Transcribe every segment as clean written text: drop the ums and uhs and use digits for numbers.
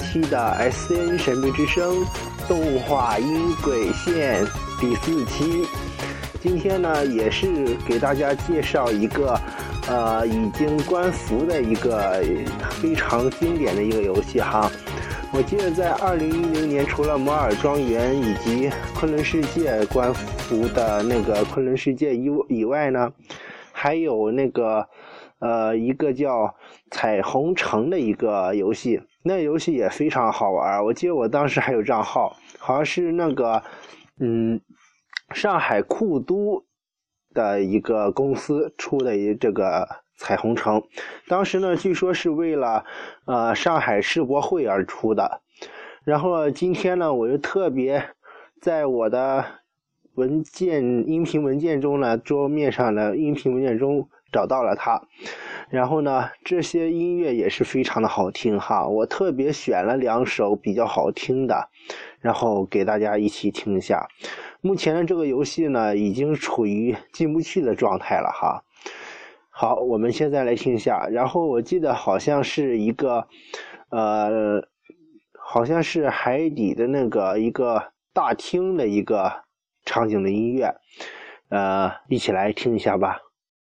期的 SCN 神秘之声动画音轨线第4期。今天呢，也是给大家介绍一个已经关服的一个非常经典的一个游戏哈。我记得在2010年，除了摩尔庄园以及昆仑世界关服的那个昆仑世界以外呢，还有那个一个叫彩虹城的一个游戏，那个游戏也非常好玩。我记得我当时还有账号，好像是那个上海酷都的一个公司出的这个彩虹城，当时呢据说是为了上海世博会而出的。然后今天呢，我就特别在我的音频文件中呢，桌面上的音频文件中找到了它。然后呢，这些音乐也是非常的好听哈，我特别选了2首比较好听的，然后给大家一起听一下。目前的这个游戏呢，已经处于进不去的状态了哈。好，我们现在来听一下。然后我记得好像是一个好像是海底的那个一个大厅的一个场景的音乐，一起来听一下吧。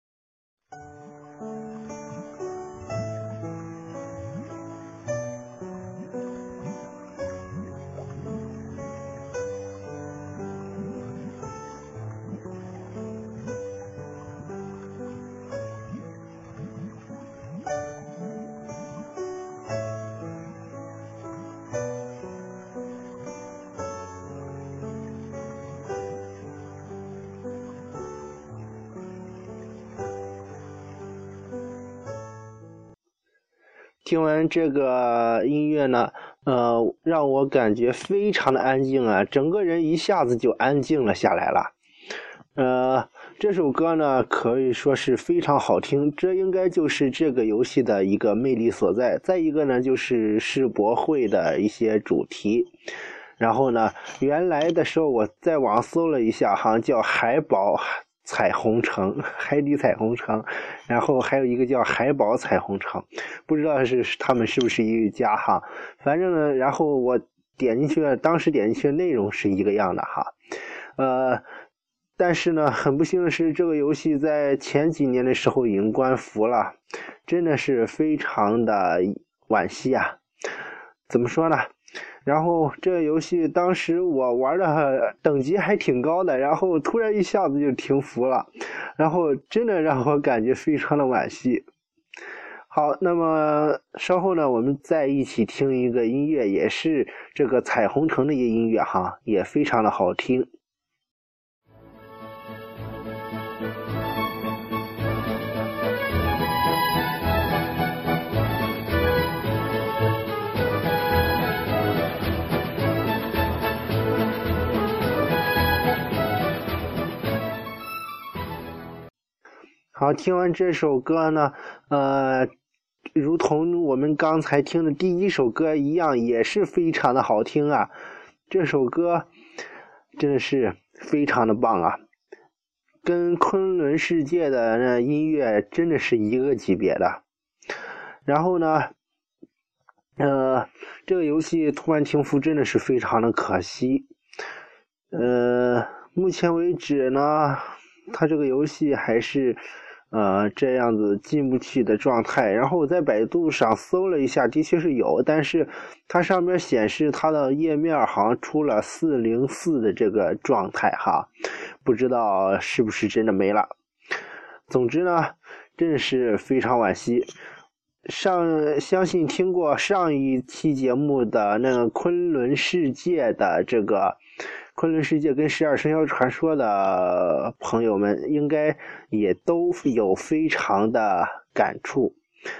听完这个音乐呢，让我感觉非常的安静啊，整个人一下子就安静了下来了。这首歌呢可以说是非常好听，这应该就是这个游戏的一个魅力所在。再一个呢，就是世博会的一些主题。然后呢，原来的时候我在网搜了一下，好像叫海堡彩虹城，海底彩虹城，然后还有一个叫海堡彩虹城，不知道他们是不是一家哈。反正呢，然后我点进去了，当时点进去的内容是一个样的哈。但是呢，很不幸的是，这个游戏在前几年的时候已经关服了，真的是非常的惋惜啊。怎么说呢？然后这个游戏当时我玩的等级还挺高的，然后突然一下子就停服了，然后真的让我感觉非常的惋惜。好，那么稍后呢，我们再一起听一个音乐，也是这个彩虹城的一个音乐哈，也非常的好听。好，听完这首歌呢，如同我们刚才听的第1首歌一样，也是非常的好听啊。这首歌真的是非常的棒啊，跟昆仑世界的音乐真的是一个级别的。然后呢，这个游戏突然停服真的是非常的可惜。目前为止呢，它这个游戏还是这样子进不去的状态。然后我在百度上搜了一下，的确是有，但是它上面显示它的页面好像出了404的这个状态哈，不知道是不是真的没了。总之呢，真是非常惋惜。相信听过上一期节目的那个昆仑世界的这个昆仑世界跟12生肖传说的朋友们应该也都有非常的感触。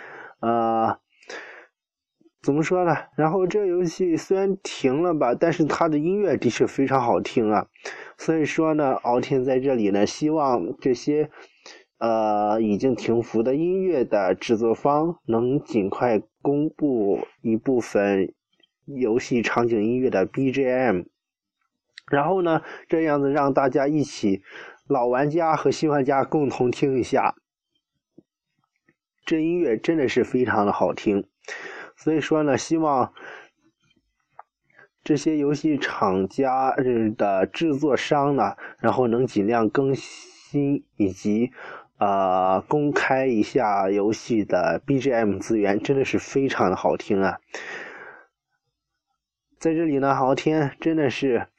怎么说呢，然后这个游戏虽然停了吧，但是它的音乐的确非常好听啊。所以说呢，敖天在这里呢，希望这些已经停服的音乐的制作方能尽快公布一部分游戏场景音乐的 BGM， 然后呢，这样子让大家一起，老玩家和新玩家共同听一下，这音乐真的是非常的好听。所以说呢，希望这些游戏厂家的制作商呢，然后能尽量更新以及公开一下游戏的 BGM 资源，真的是非常的好听啊。在这里呢，昊天真的是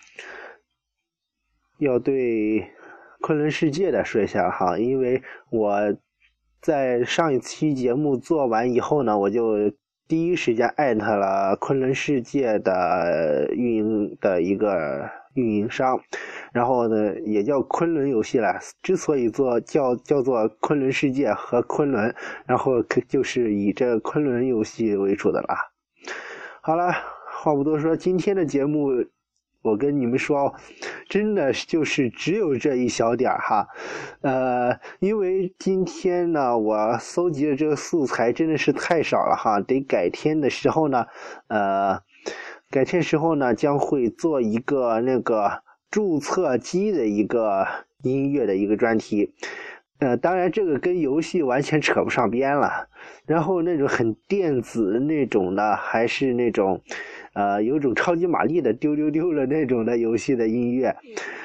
要对昆仑世界的说一下哈，因为我在上一期节目做完以后呢，我就第一时间艾特了昆仑世界的运营的一个运营商，然后呢也叫昆仑游戏了，之所以叫做昆仑世界和昆仑，然后就是以这昆仑游戏为主的啦。好了，话不多说，今天的节目我跟你们说，真的就是只有这一小点哈，因为今天呢，我搜集的这个素材真的是太少了哈，得改天的时候呢，将会做一个那个注册机的一个音乐的一个专题。当然这个跟游戏完全扯不上边了，然后那种很电子那种的，还是那种有种超级玛丽的丢丢丢了那种的游戏的音乐，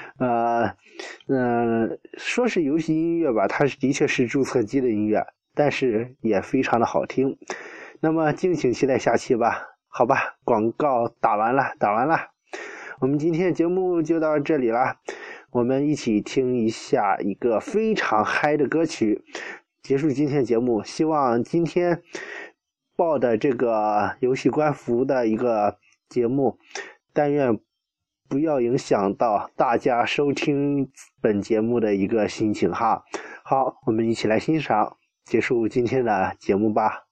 说是游戏音乐吧，它的确是注册机的音乐，但是也非常的好听。那么敬请期待下期吧。好吧，广告打完了，我们今天的节目就到这里了。我们一起听一下一个非常嗨的歌曲，结束今天的节目。希望今天报的这个游戏官服的一个节目，但愿不要影响到大家收听本节目的一个心情哈。好，我们一起来欣赏，结束今天的节目吧。